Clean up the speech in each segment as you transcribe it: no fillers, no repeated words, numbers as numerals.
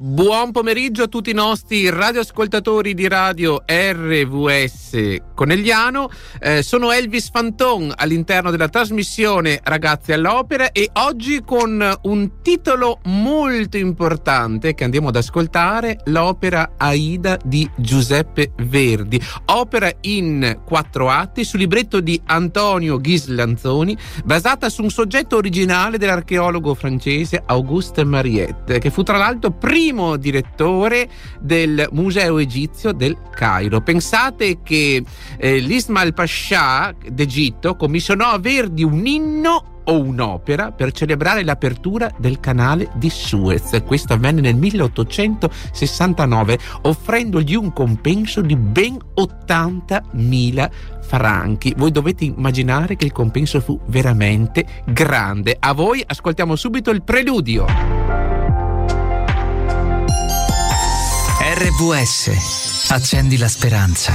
Buon pomeriggio a tutti i nostri radioascoltatori di radio RVS Conegliano. Sono Elvis Fanton all'interno della trasmissione Ragazzi all'Opera e oggi con un titolo molto importante che andiamo ad ascoltare, l'opera Aida di Giuseppe Verdi, opera in 4 atti su libretto di Antonio Ghislanzoni, basata su un soggetto originale dell'archeologo francese Auguste Mariette, che fu tra l'altro primo direttore del Museo Egizio del Cairo. Pensate che l'Ismail Pascià d'Egitto commissionò a Verdi un inno o un'opera per celebrare l'apertura del canale di Suez. Questo avvenne nel 1869, offrendogli un compenso di ben 80.000 franchi. Voi dovete immaginare che il compenso fu veramente grande. A voi ascoltiamo subito il preludio. RVS, accendi la speranza.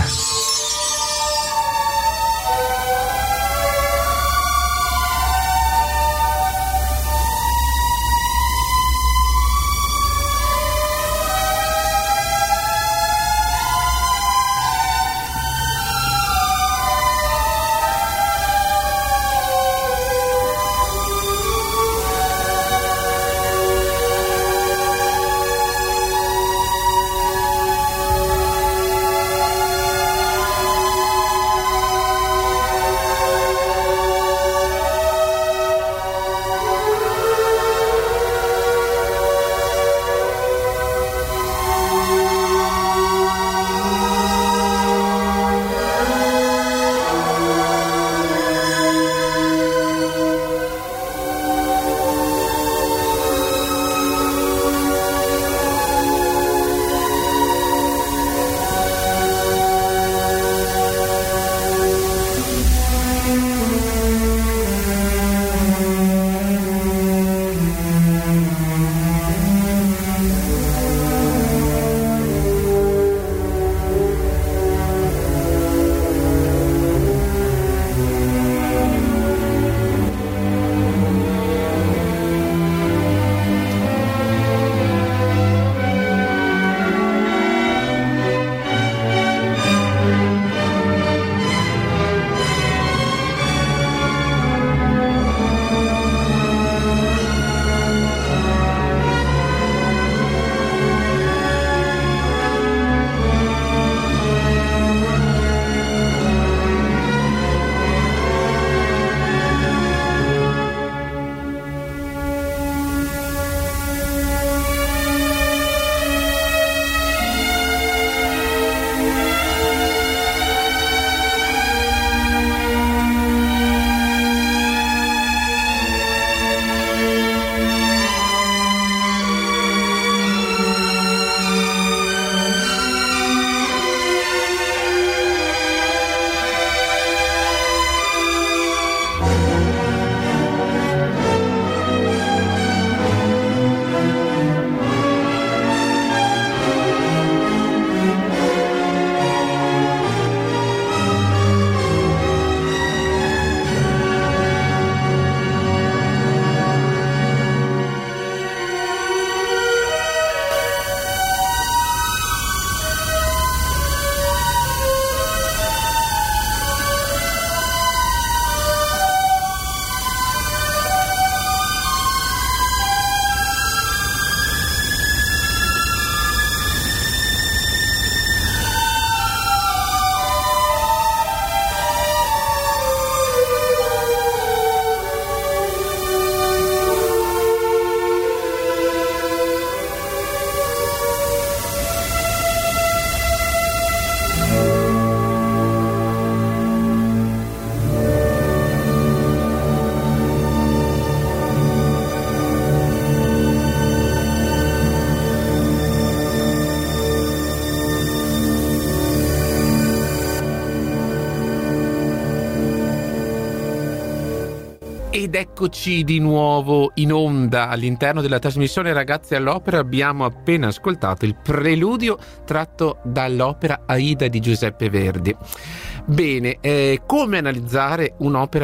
Ed eccoci di nuovo in onda all'interno della trasmissione Ragazzi all'Opera. Abbiamo appena ascoltato il preludio tratto dall'opera Aida di Giuseppe Verdi. Bene, come analizzare un'opera che è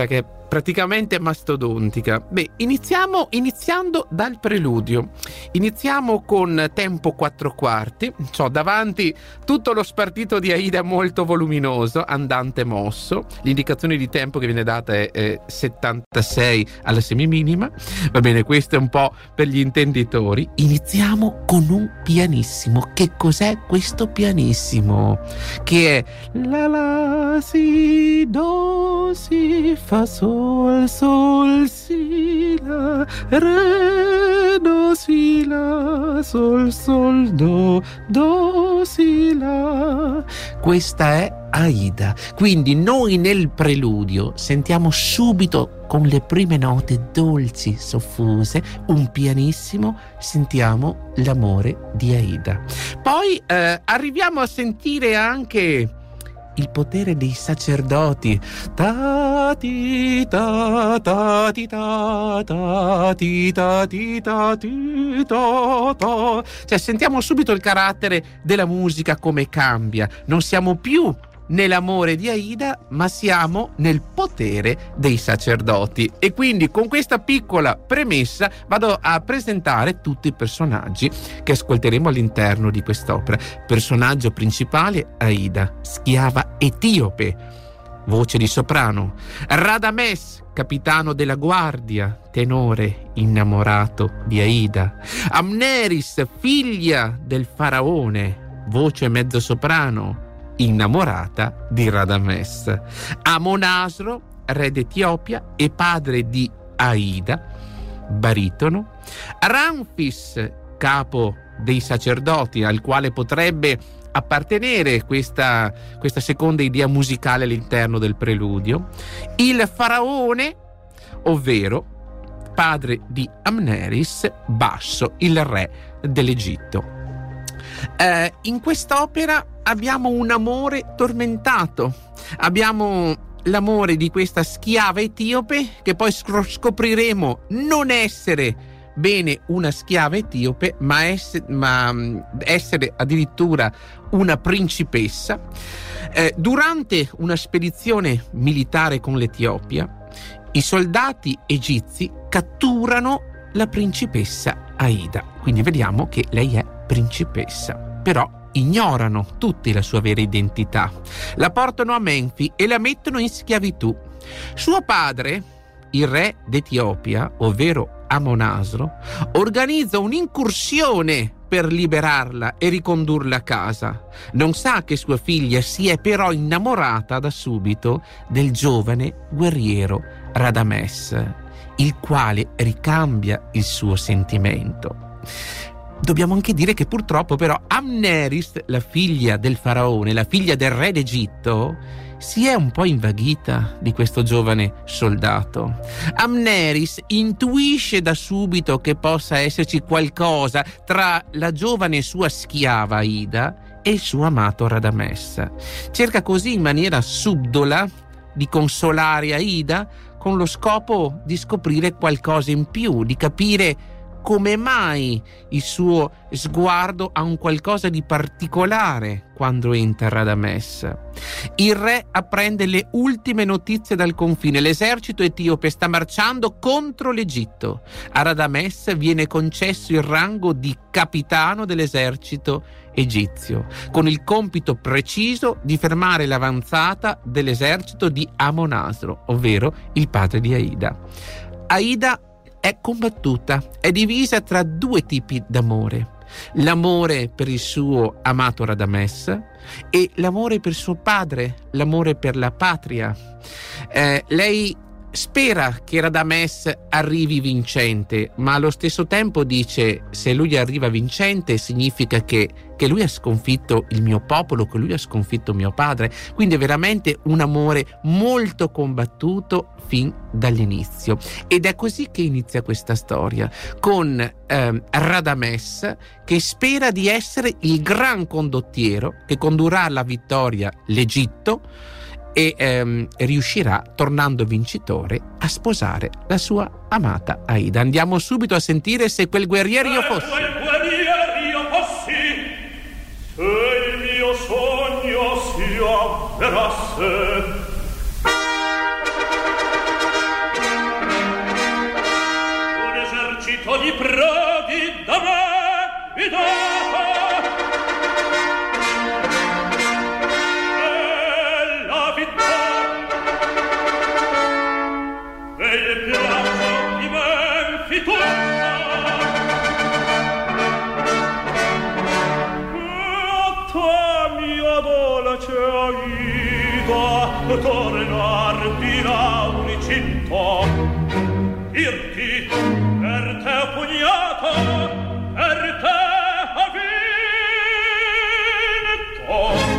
praticamente mastodontica. Beh, iniziando dal preludio. Iniziamo con tempo 4/4. C'ho davanti tutto lo spartito di Aida molto voluminoso, andante mosso. L'indicazione di tempo che viene data è 76 alla semiminima. Va bene, questo è un po' per gli intenditori. Iniziamo con un pianissimo. Che cos'è questo pianissimo? Che è la si do si fa sol sol si la re do si la sol sol do si la. Questa è Aida. Quindi noi nel preludio sentiamo subito con le prime note dolci, soffuse, un pianissimo, sentiamo l'amore di Aida. Poi arriviamo a sentire anche il potere dei sacerdoti. Ta ti ta ta ti ta ta ti ta ti ta ti ta ta. Cioè sentiamo subito il carattere della musica come cambia. Non siamo più nell'amore di Aida, ma siamo nel potere dei sacerdoti. E quindi con questa piccola premessa vado a presentare tutti i personaggi che ascolteremo all'interno di quest'opera. Personaggio principale Aida, schiava etiope, voce di soprano. Radames, capitano della guardia, tenore innamorato di Aida. Amneris, figlia del faraone, voce mezzo soprano, innamorata di Radames. Amonasro, re d'Etiopia e padre di Aida, baritono. Ramfis, capo dei sacerdoti, al quale potrebbe appartenere questa seconda idea musicale all'interno del preludio. Il faraone, ovvero padre di Amneris, basso, il re dell'Egitto. In quest'opera abbiamo un amore tormentato, abbiamo l'amore di questa schiava etiope che poi scopriremo non essere bene una schiava etiope, ma essere addirittura una principessa. Durante una spedizione militare con l'Etiopia, i soldati egizi catturano la principessa Aida, quindi vediamo che lei è principessa, però ignorano tutti la sua vera identità, la portano a Menfi e la mettono in schiavitù. Suo padre, il re d'Etiopia, ovvero Amonasro, organizza un'incursione per liberarla e ricondurla a casa. Non sa che sua figlia si è però innamorata da subito del giovane guerriero Radames, il quale ricambia il suo sentimento. Dobbiamo anche dire che purtroppo però Amneris, la figlia del faraone, la figlia del re d'Egitto, si è un po' invaghita di questo giovane soldato. Amneris intuisce da subito che possa esserci qualcosa tra la giovane sua schiava Aida e il suo amato Radames. Cerca così in maniera subdola di consolare Aida con lo scopo di scoprire qualcosa in più, di capire come mai il suo sguardo ha un qualcosa di particolare quando entra Radames. Il re apprende le ultime notizie dal confine. L'esercito etiope sta marciando contro l'Egitto. A Radames viene concesso il rango di capitano dell'esercito egizio, con il compito preciso di fermare l'avanzata dell'esercito di Amonasro, ovvero il padre di Aida. Aida è combattuta, è divisa tra due tipi d'amore: l'amore per il suo amato Radames e l'amore per suo padre, l'amore per la patria. Lei spera che Radames arrivi vincente, ma allo stesso tempo dice: se lui arriva vincente significa che lui ha sconfitto il mio popolo, che lui ha sconfitto mio padre. Quindi è veramente un amore molto combattuto fin dall'inizio, ed è così che inizia questa storia, con Radames che spera di essere il gran condottiero che condurrà alla vittoria l'Egitto e riuscirà, tornando vincitore, a sposare la sua amata Aida. Andiamo subito a sentire Se quel guerriero io fossi. Se il mio sogno si avverasse. Tornar dirà Unicitto, dirti per te pugnato, per te ha vinto.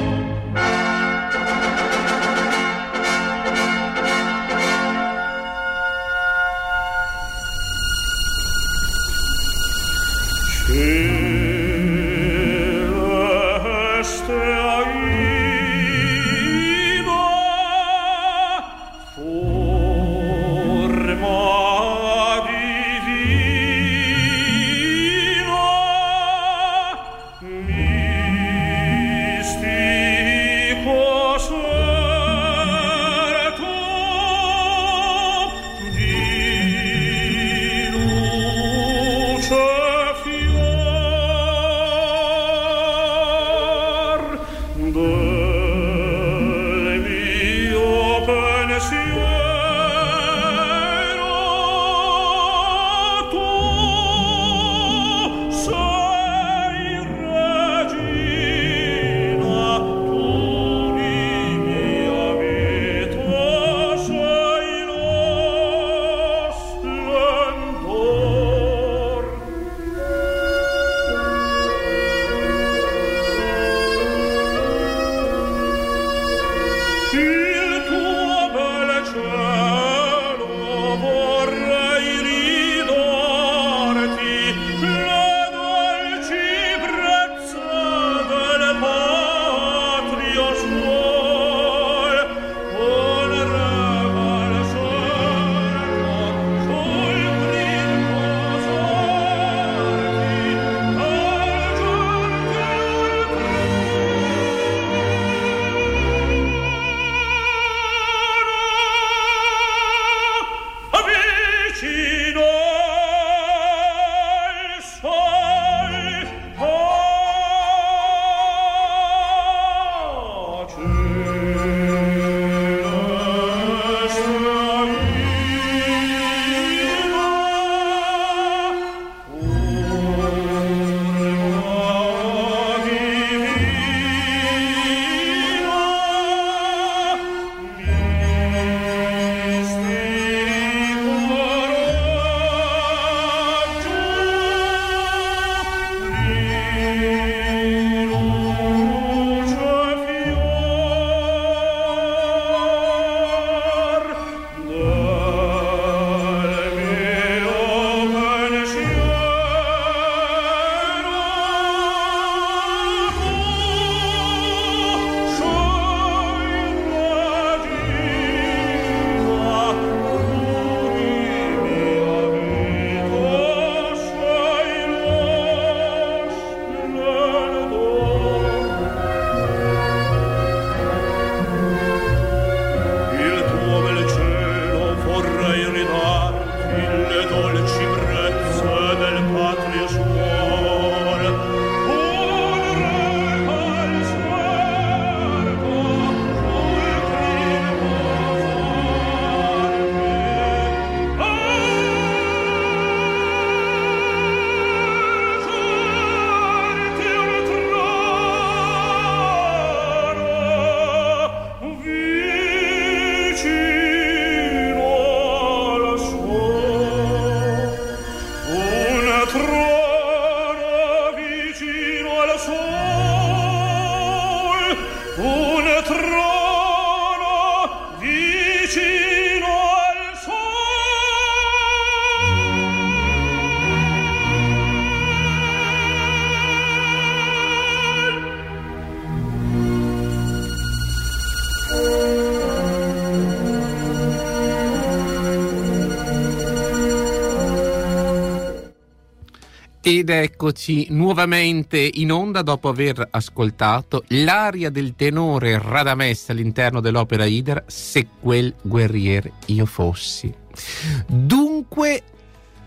Ed eccoci nuovamente in onda dopo aver ascoltato l'aria del tenore Radamés all'interno dell'opera Hidra, Se quel guerrier io fossi. Dunque,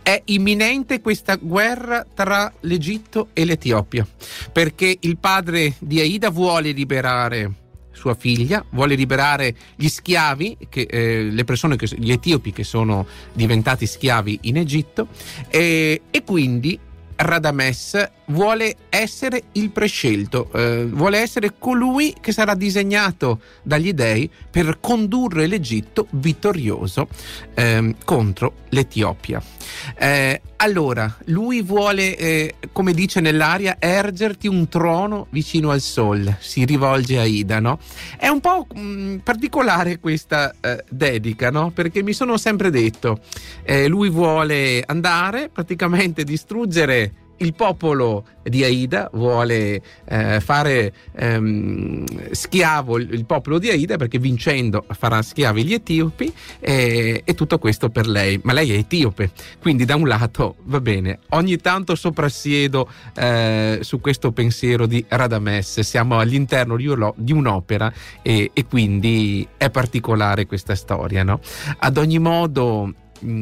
è imminente questa guerra tra l'Egitto e l'Etiopia, perché il padre di Aida vuole liberare sua figlia, vuole liberare gli schiavi, le persone, gli etiopi che sono diventati schiavi in Egitto, e quindi Radames vuole essere il prescelto, vuole essere colui che sarà disegnato dagli dei per condurre l'Egitto vittorioso contro l'Etiopia. Allora, lui vuole, come dice nell'aria, ergerti un trono vicino al sol, si rivolge a Ida, no? È un po' particolare questa dedica, no? Perché mi sono sempre detto, lui vuole andare, praticamente distruggere il popolo di Aida, vuole fare schiavo il popolo di Aida, perché vincendo farà schiavi gli etiopi, e tutto questo per lei. Ma lei è etiope, quindi da un lato va bene. Ogni tanto soprassiedo su questo pensiero di Radames, siamo all'interno di un'opera e quindi è particolare questa storia, no? Ad ogni modo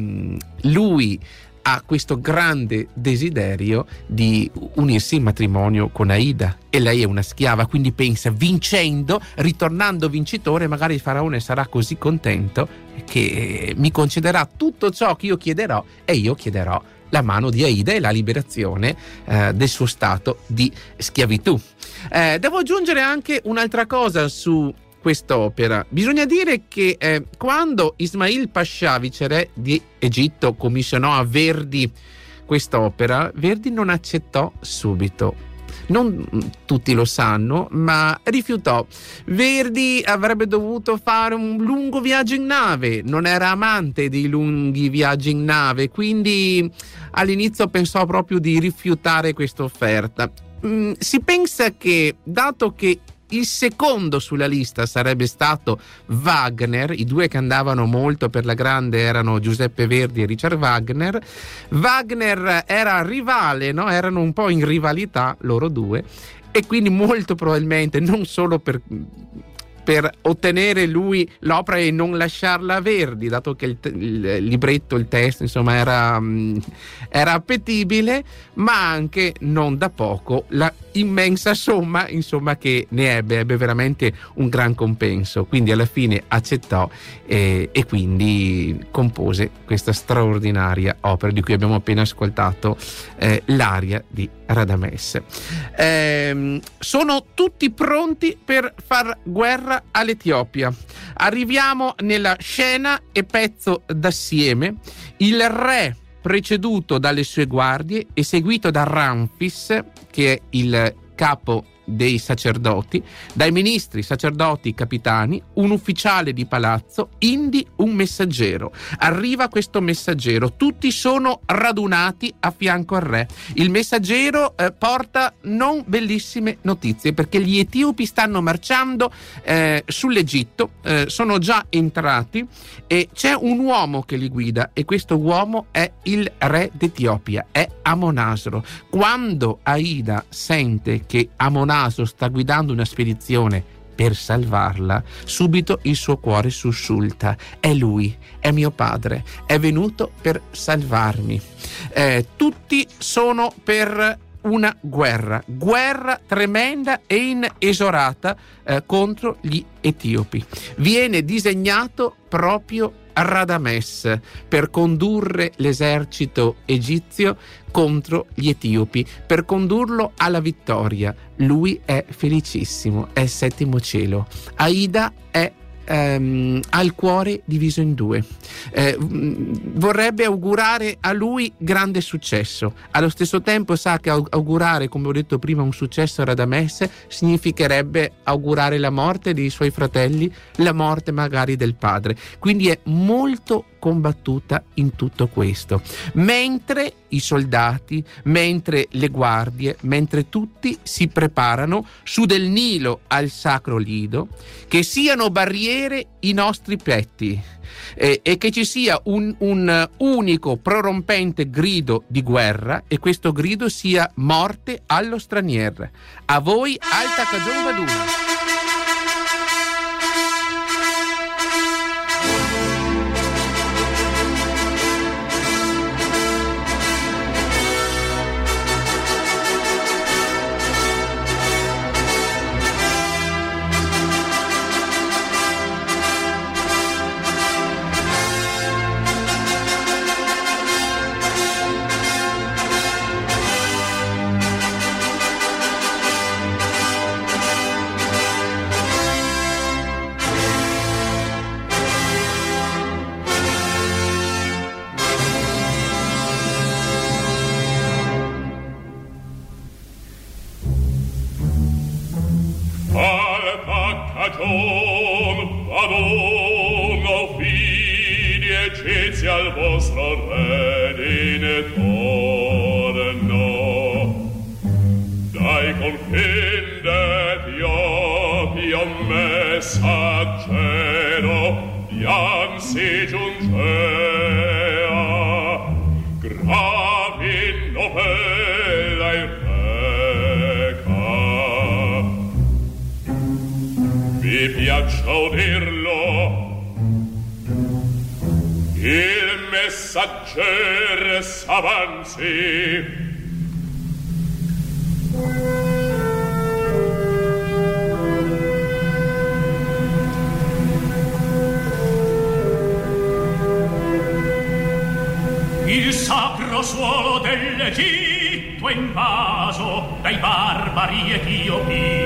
lui ha questo grande desiderio di unirsi in matrimonio con Aida, e lei è una schiava, quindi pensa, vincendo, ritornando vincitore, magari il faraone sarà così contento che mi concederà tutto ciò che io chiederò, e io chiederò la mano di Aida e la liberazione del suo stato di schiavitù. Devo aggiungere anche un'altra cosa su quest'opera. Bisogna dire che quando Ismail Pascià, viceré di Egitto, commissionò a Verdi quest'opera, Verdi non accettò subito. Non tutti lo sanno, ma rifiutò. Verdi avrebbe dovuto fare un lungo viaggio in nave, non era amante dei lunghi viaggi in nave, quindi all'inizio pensò proprio di rifiutare questa offerta. Si pensa che, dato che il secondo sulla lista sarebbe stato Wagner, i due che andavano molto per la grande erano Giuseppe Verdi e Richard Wagner. Wagner era rivale, no? Erano un po' in rivalità loro due, e quindi molto probabilmente non solo per ottenere lui l'opera e non lasciarla a Verdi, dato che il libretto, il testo, insomma, era appetibile, ma anche non da poco la immensa somma, insomma, che ne ebbe veramente un gran compenso. Quindi alla fine accettò e quindi compose questa straordinaria opera di cui abbiamo appena ascoltato l'aria di Radames. Sono tutti pronti per far guerra all'Etiopia. Arriviamo nella scena e pezzo d'assieme. Il re, preceduto dalle sue guardie e seguito da Ramfis, che è il capo dei sacerdoti, dai ministri, sacerdoti, capitani, un ufficiale di palazzo, indi un messaggero. Arriva questo messaggero, tutti sono radunati a fianco al re. Il messaggero porta non bellissime notizie, perché gli etiopi stanno marciando sull'Egitto, sono già entrati e c'è un uomo che li guida, e questo uomo è il re d'Etiopia, è Amonasro. Quando Aida sente che Amonasro sta guidando una spedizione per salvarla, subito il suo cuore sussulta: è lui, è mio padre, è venuto per salvarmi. Tutti sono per una guerra tremenda e inesorata contro gli etiopi. Viene disegnato proprio Radames per condurre l'esercito egizio contro gli etiopi, per condurlo alla vittoria. Lui è felicissimo, è il settimo cielo. Aida è ha il cuore diviso in due, vorrebbe augurare a lui grande successo, allo stesso tempo sa che augurare, come ho detto prima, un successo a Radames significherebbe augurare la morte dei suoi fratelli, la morte magari del padre, quindi è molto combattuta in tutto questo, mentre i soldati, mentre le guardie, mentre tutti si preparano su del Nilo al sacro lido, che siano barriere i nostri petti e che ci sia un unico prorompente grido di guerra, e questo grido sia morte allo straniero. A voi Alta Cagion Baduna. ragion, Madonna, fidi eccezi al vostro redine torno. Dai confinde Etiopia messaggero, Ian si giungea, gravi novella il reca. Vi piaccia udirlo, il messagger s'avanzi. Il sacro suolo dell'Egitto è invaso dai barbari etiopi.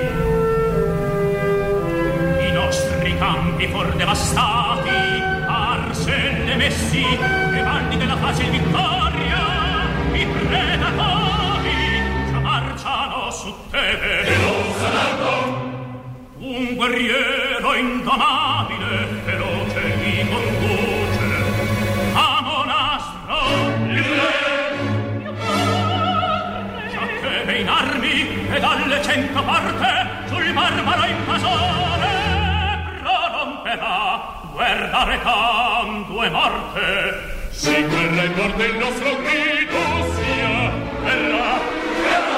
I nostri campi for devastati, arse le messi, le bandi della facile vittoria, i predatori già marciano su Tebe. E non saranno un guerriero indomabile, feroce mi conduce a Monastro. il re, Giacché in armi e dalle 100 parte sul barbaro invasore proromperà guerra recando e morte. si guerra e morte il nostro grido sia, verrà, verrà,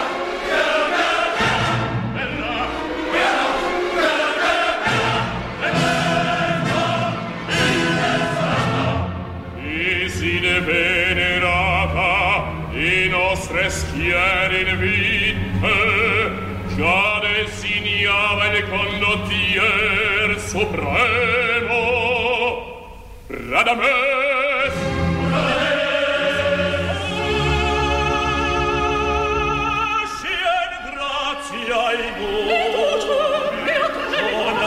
venerata i nostre schiere in vite, già designava il condottier supremo Radames. Sien grazia ai voti, con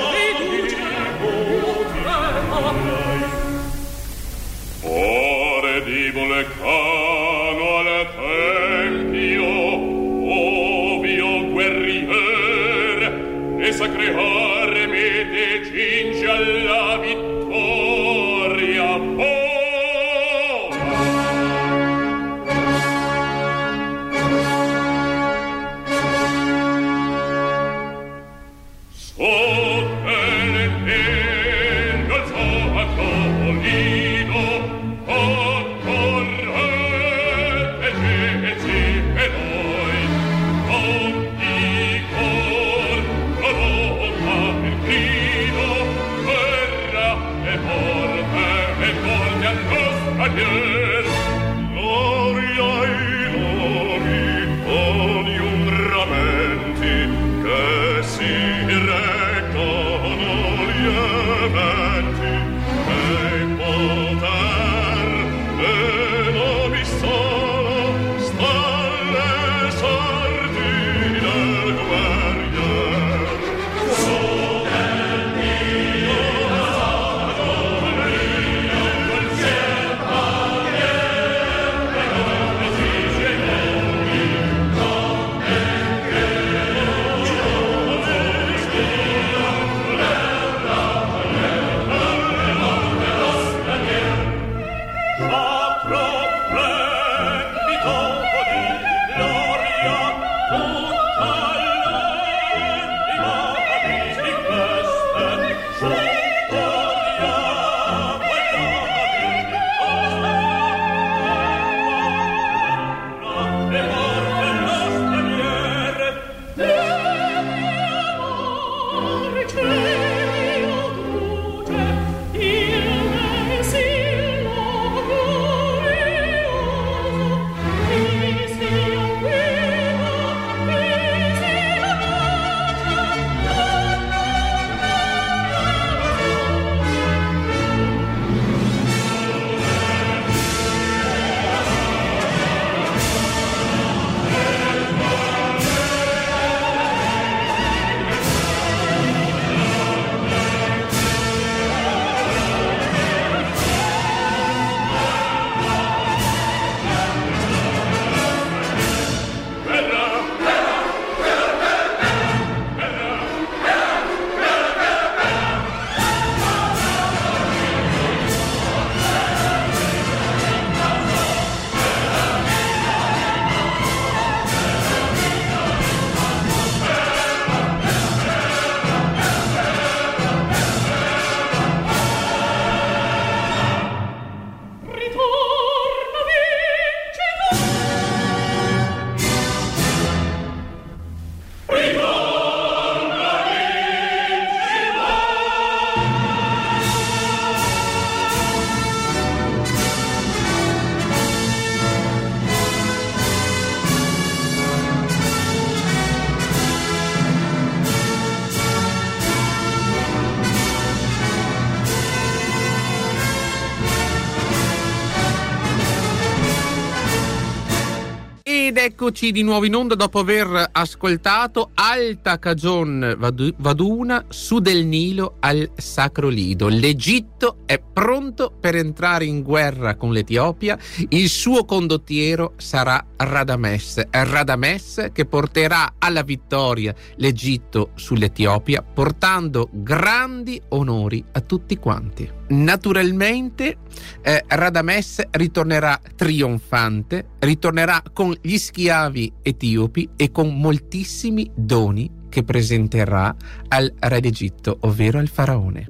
ore di Vulcano al tempio, ovvio guerrier, e sacre armi ti cinge alla vittoria. Eccoci di nuovo in onda dopo aver ascoltato Alta Cagion Vaduna, su del Nilo al Sacro Lido. L'Egitto è pronto per entrare in guerra con l'Etiopia. Il suo condottiero sarà Radames che porterà alla vittoria l'Egitto sull'Etiopia, portando grandi onori a tutti quanti. Naturalmente Radames ritornerà trionfante, ritornerà con gli schiavi etiopi e con moltissimi doni che presenterà al re d'Egitto, ovvero al faraone.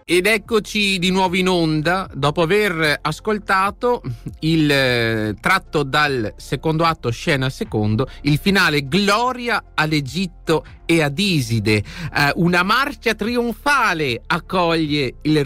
Ed eccoci di nuovo in onda dopo aver ascoltato il tratto dal secondo atto, scena secondo, il finale Gloria all'Egitto e ad Iside. Una marcia trionfale accoglie il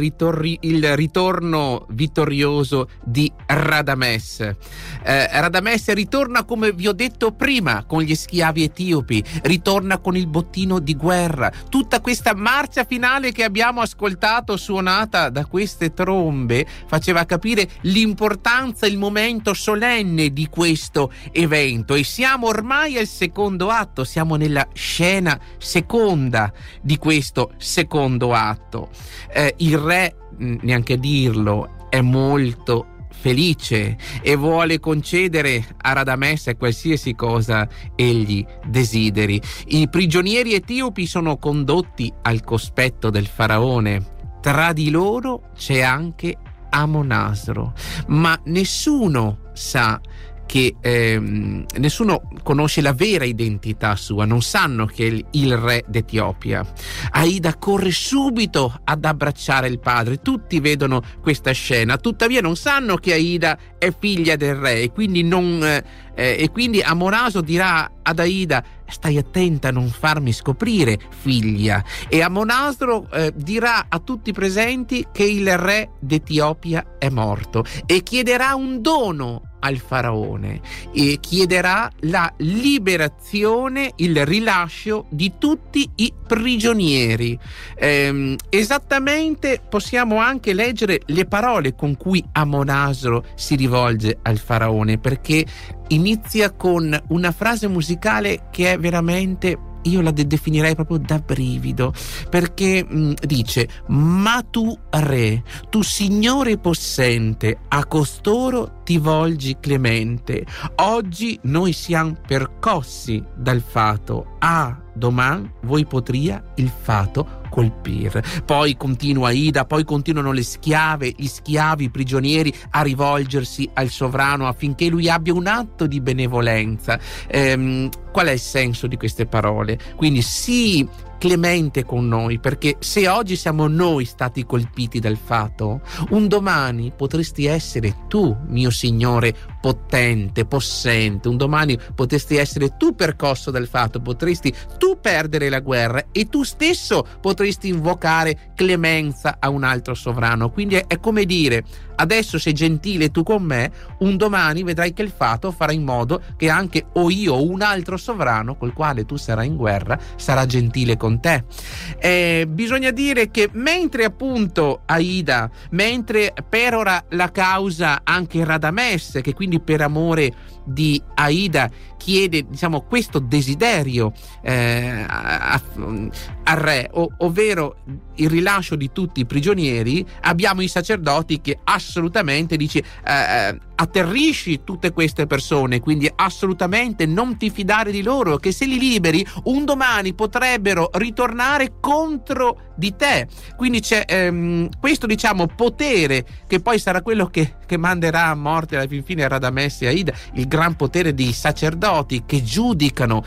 ritorno vittorioso di Radamès. Radamès ritorna, come vi ho detto prima, con gli schiavi etiopi, ritorna con il bottino di guerra. Tutta questa marcia finale che abbiamo ascoltato, suonata da queste trombe, faceva capire l'importanza, il momento solenne di questo evento. E siamo ormai al secondo atto, siamo nella scena seconda di questo secondo atto. Il re, neanche dirlo, è molto felice e vuole concedere a Radamès qualsiasi cosa egli desideri. I prigionieri etiopi sono condotti al cospetto del faraone. Tra di loro c'è anche Amonasro, ma nessuno sa che nessuno conosce la vera identità sua, non sanno che è il re d'Etiopia. Aida corre subito ad abbracciare il padre, tutti vedono questa scena, tuttavia non sanno che Aida è figlia del re e quindi Amonasro dirà ad Aida: stai attenta a non farmi scoprire, figlia. E Amonasro dirà a tutti i presenti che il re d'Etiopia è morto e chiederà un dono al faraone e chiederà la liberazione, il rilascio di tutti i prigionieri. Esattamente possiamo anche leggere le parole con cui Amonasro si rivolge al faraone, perché inizia con una frase musicale che è veramente, io la definirei proprio da brivido, perché dice: ma tu re, tu signore possente, a costoro ti volgi clemente. Oggi noi siamo percossi dal fato, doman voi potria il fato colpire. Poi continua Aida, poi continuano le schiave, gli schiavi, i prigionieri a rivolgersi al sovrano affinché lui abbia un atto di benevolenza. Qual è il senso di queste parole? Quindi sii clemente con noi, perché se oggi siamo noi stati colpiti dal fato, un domani potresti essere tu, mio signore potente, possente, un domani potresti essere tu percosso dal fato, potresti tu perdere la guerra e tu stesso potresti invocare clemenza a un altro sovrano. Quindi è come dire: adesso sei gentile tu con me, un domani vedrai che il fato farà in modo che anche io o un altro sovrano col quale tu sarai in guerra sarà gentile con te. Bisogna dire che mentre appunto Aida, mentre perora la causa anche Radamès, che quindi per amore di Aida chiede, diciamo, questo desiderio al re, ovvero il rilascio di tutti i prigionieri, abbiamo i sacerdoti che assolutamente dice: atterrisci tutte queste persone, quindi assolutamente non ti fidare di loro, che se li liberi un domani potrebbero ritornare contro di te. Quindi c'è questo, diciamo, potere che poi sarà quello che manderà a morte alla fin fine Radamès e Aida, il gran potere dei sacerdoti che giudicano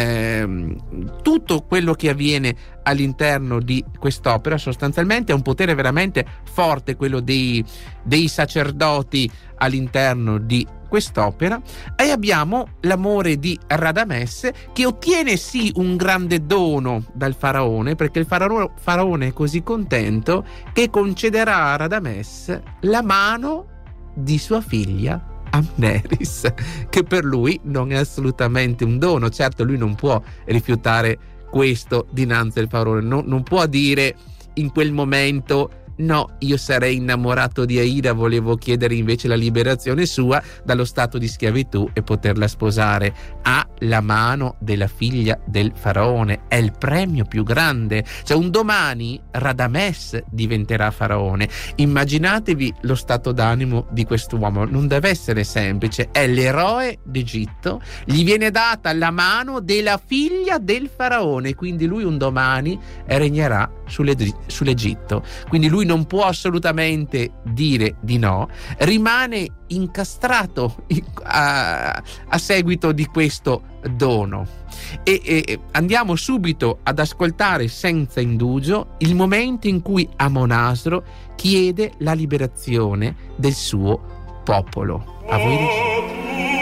tutto quello che avviene all'interno di quest'opera. Sostanzialmente è un potere veramente forte quello dei sacerdoti all'interno di quest'opera. E abbiamo l'amore di Radamès, che ottiene sì un grande dono dal faraone, perché il faraone è così contento che concederà a Radamès la mano di sua figlia Amneris, che per lui non è assolutamente un dono. Certo, lui non può rifiutare questo dinanzi al faraone, non può dire in quel momento: no, io sarei innamorato di Aida, volevo chiedere invece la liberazione sua dallo stato di schiavitù e poterla sposare. Ha la mano della figlia del faraone, è il premio più grande. Cioè, un domani Radamès diventerà faraone. Immaginatevi lo stato d'animo di quest'uomo, non deve essere semplice, è l'eroe d'Egitto, gli viene data la mano della figlia del faraone, quindi lui un domani regnerà sull'Egitto. Quindi lui cui non può assolutamente dire di no, rimane incastrato a seguito di questo dono. E andiamo subito ad ascoltare senza indugio il momento in cui Amonasro chiede la liberazione del suo popolo. A voi regia.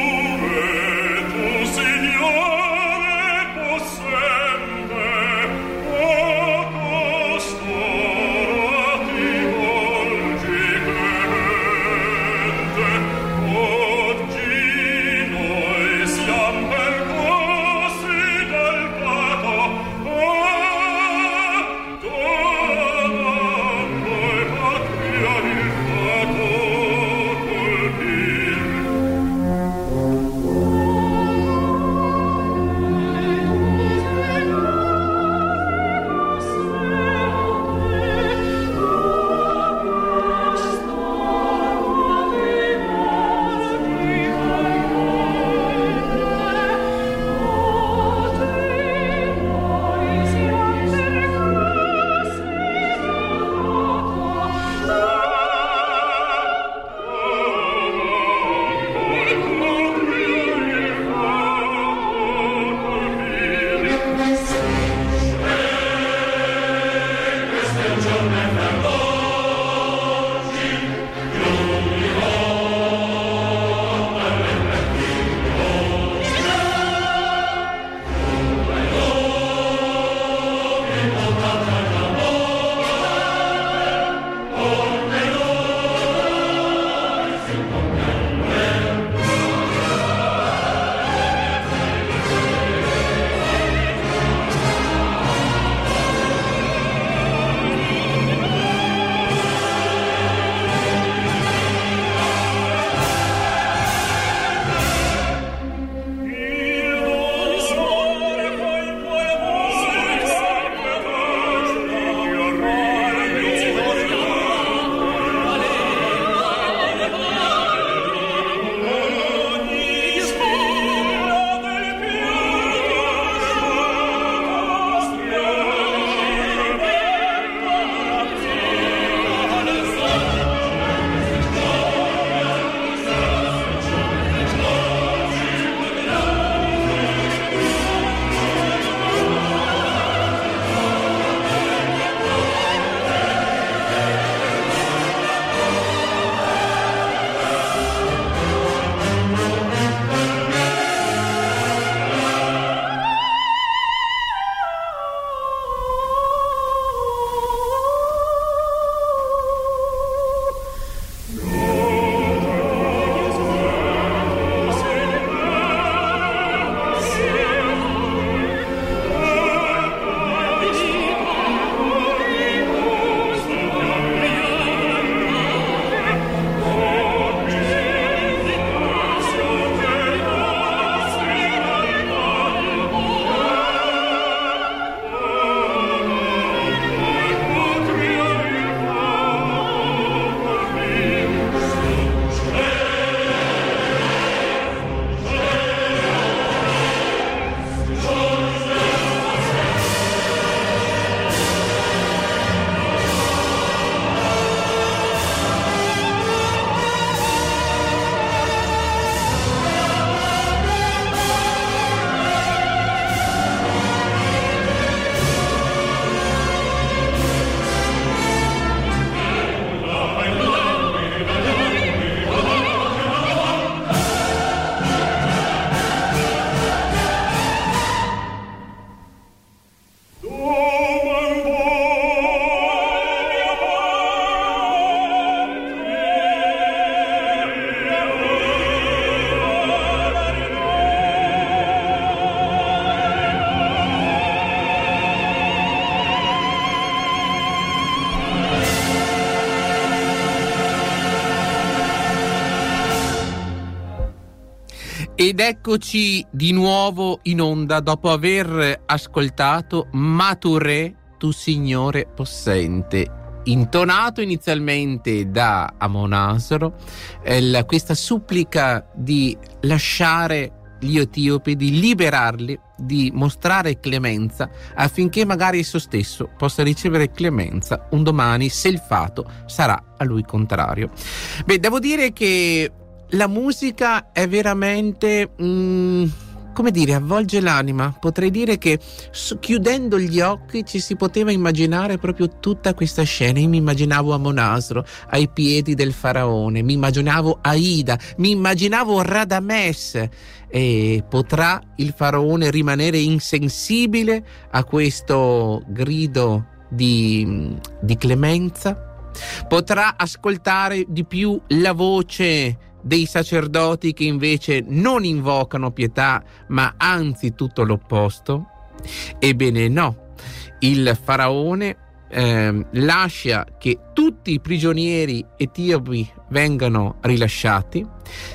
Ed eccoci di nuovo in onda dopo aver ascoltato Maturè tu Signore possente, intonato inizialmente da Amonasro, questa supplica di lasciare gli etiopi, di liberarli, di mostrare clemenza, affinché magari esso stesso possa ricevere clemenza un domani se il fato sarà a lui contrario. Beh, devo dire che la musica è veramente, come dire, avvolge l'anima. Potrei dire che chiudendo gli occhi ci si poteva immaginare proprio tutta questa scena. Io mi immaginavo Amonasro ai piedi del faraone, mi immaginavo Aida, mi immaginavo Radames. E potrà il faraone rimanere insensibile a questo grido di clemenza? Potrà ascoltare di più la voce dei sacerdoti che invece non invocano pietà, ma anzi tutto l'opposto? Ebbene no, il faraone lascia che tutti i prigionieri etiopi vengano rilasciati,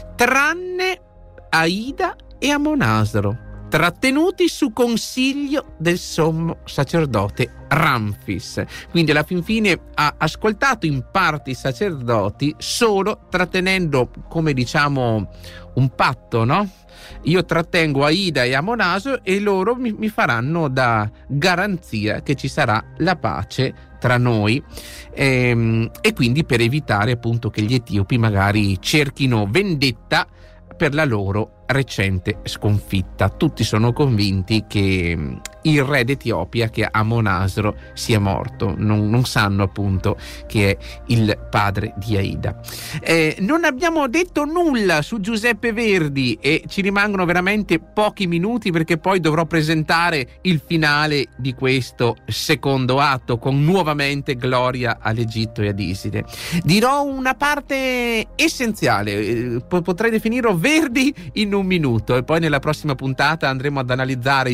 tranne Aida e Amonasro, trattenuti su consiglio del sommo sacerdote Ramfis. Quindi alla fin fine ha ascoltato in parte i sacerdoti, solo trattenendo, come diciamo, un patto, no? Io trattengo Aida e Amonasro e loro mi faranno da garanzia che ci sarà la pace tra noi, e quindi per evitare appunto che gli etiopi magari cerchino vendetta per la loro recente sconfitta. Tutti sono convinti che il re d'Etiopia, che Amonasro, sia morto, non sanno appunto che è il padre di Aida. Non abbiamo detto nulla su Giuseppe Verdi e ci rimangono veramente pochi minuti, perché poi dovrò presentare il finale di questo secondo atto con nuovamente gloria all'Egitto e ad Iside. Dirò una parte essenziale, potrei definirlo Verdi in un minuto, e poi nella prossima puntata andremo ad analizzare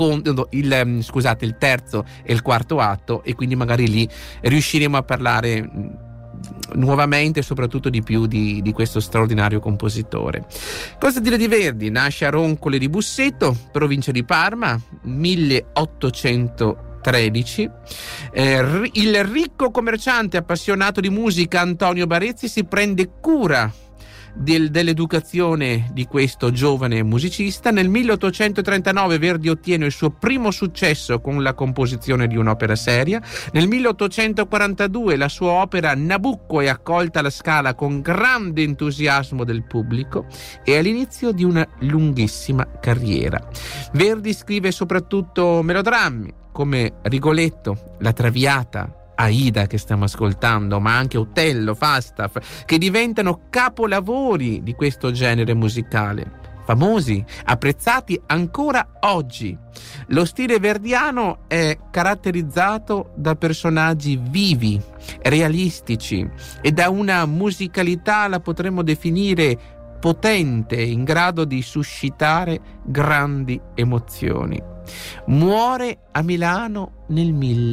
il terzo e il quarto atto, e quindi magari lì riusciremo a parlare nuovamente, soprattutto di più di questo straordinario compositore. Cosa dire di Verdi? Nasce a Roncole di Busseto, provincia di Parma, 1813. Il ricco commerciante appassionato di musica Antonio Barezzi si prende cura dell'educazione di questo giovane musicista. Nel 1839 Verdi ottiene il suo primo successo con la composizione di un'opera seria. Nel 1842 la sua opera Nabucco è accolta alla Scala con grande entusiasmo del pubblico e all'inizio di una lunghissima carriera. Verdi scrive soprattutto melodrammi come Rigoletto, La Traviata, Aida che stiamo ascoltando, ma anche Otello, Falstaff, che diventano capolavori di questo genere musicale, famosi, apprezzati ancora oggi. Lo stile verdiano è caratterizzato da personaggi vivi, realistici e da una musicalità, la potremmo definire potente, in grado di suscitare grandi emozioni. Muore a Milano nel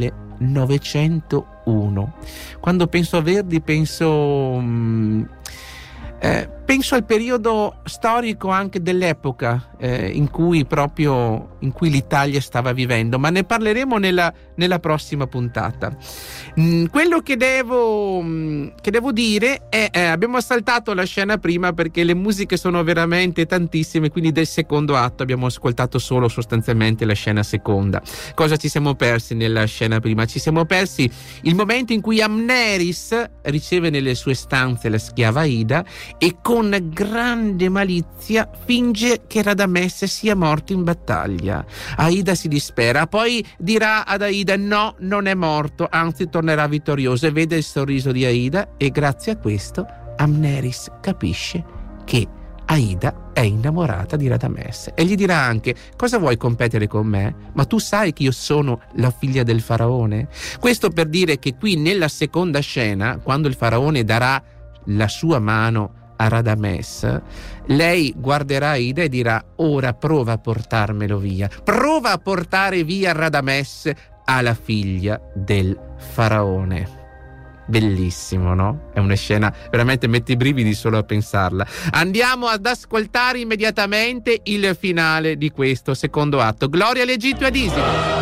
1901. Quando penso a Verdi penso al periodo storico anche dell'epoca in cui l'Italia stava vivendo, ma ne parleremo nella prossima puntata. Quello che devo dire è abbiamo saltato la scena prima perché le musiche sono veramente tantissime, quindi del secondo atto abbiamo ascoltato solo sostanzialmente la scena seconda. Cosa ci siamo persi nella scena prima? Ci siamo persi il momento in cui Amneris riceve nelle sue stanze la schiava Aida e con grande malizia finge che Radamesse sia morto in battaglia. Aida si dispera, poi dirà ad Aida no, non è morto, anzi tornerà vittorioso, e vede il sorriso di Aida, e grazie a questo Amneris capisce che Aida è innamorata di Radamesse e gli dirà anche: cosa vuoi competere con me? Ma tu sai che io sono la figlia del faraone? Questo per dire che qui nella seconda scena, quando il faraone darà la sua mano a Radamesse, lei guarderà Aida e dirà: ora prova a portarmelo via, prova a portare via Radamesse alla figlia del faraone. Bellissimo, no? È una scena veramente mette i brividi solo a pensarla. Andiamo ad ascoltare immediatamente il finale di questo secondo atto. Gloria all'Egitto e ad Iside.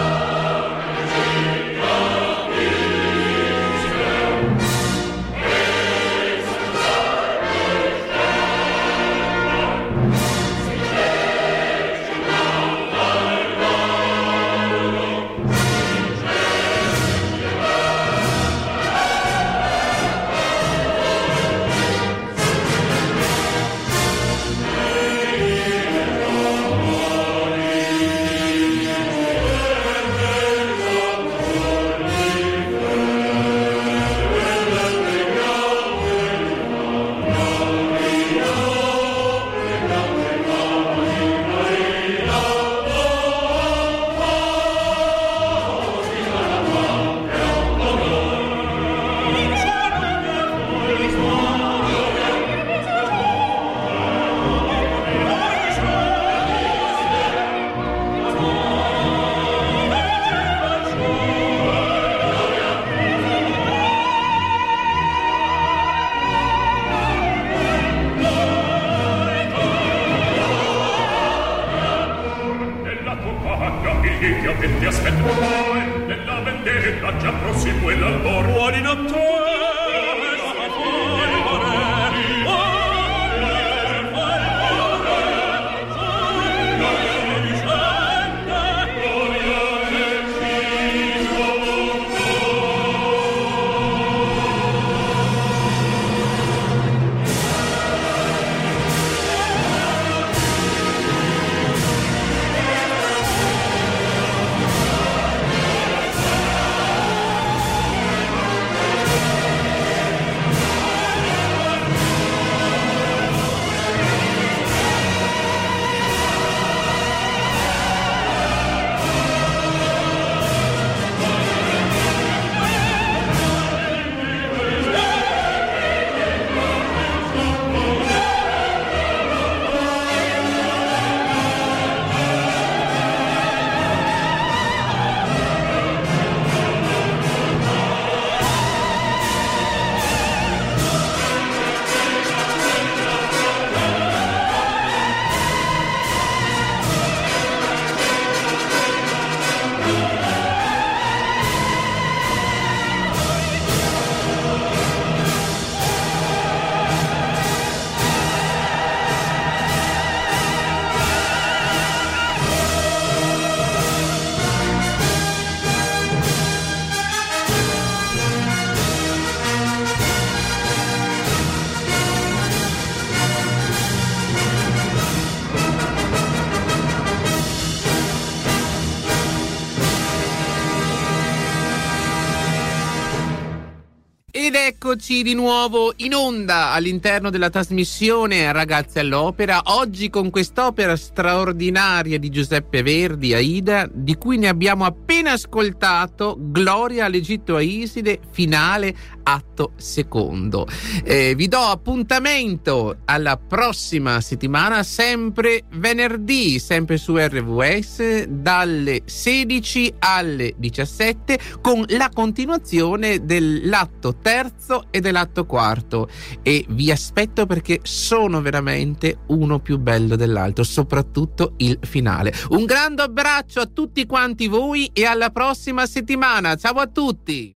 sera già prosegue l'albor. Buoni in Ed eccoci di nuovo in onda all'interno della trasmissione Ragazzi all'Opera, oggi con quest'opera straordinaria di Giuseppe Verdi, Aida, di cui ne abbiamo appena ascoltato Gloria all'Egitto a Iside, finale, atto secondo. Vi do appuntamento alla prossima settimana, sempre venerdì, sempre su RVS, dalle 16 alle 17, con la continuazione dell'atto terzo e dell'atto quarto, e vi aspetto perché sono veramente uno più bello dell'altro, soprattutto il finale. Un grande abbraccio a tutti quanti voi e alla prossima settimana. Ciao a tutti.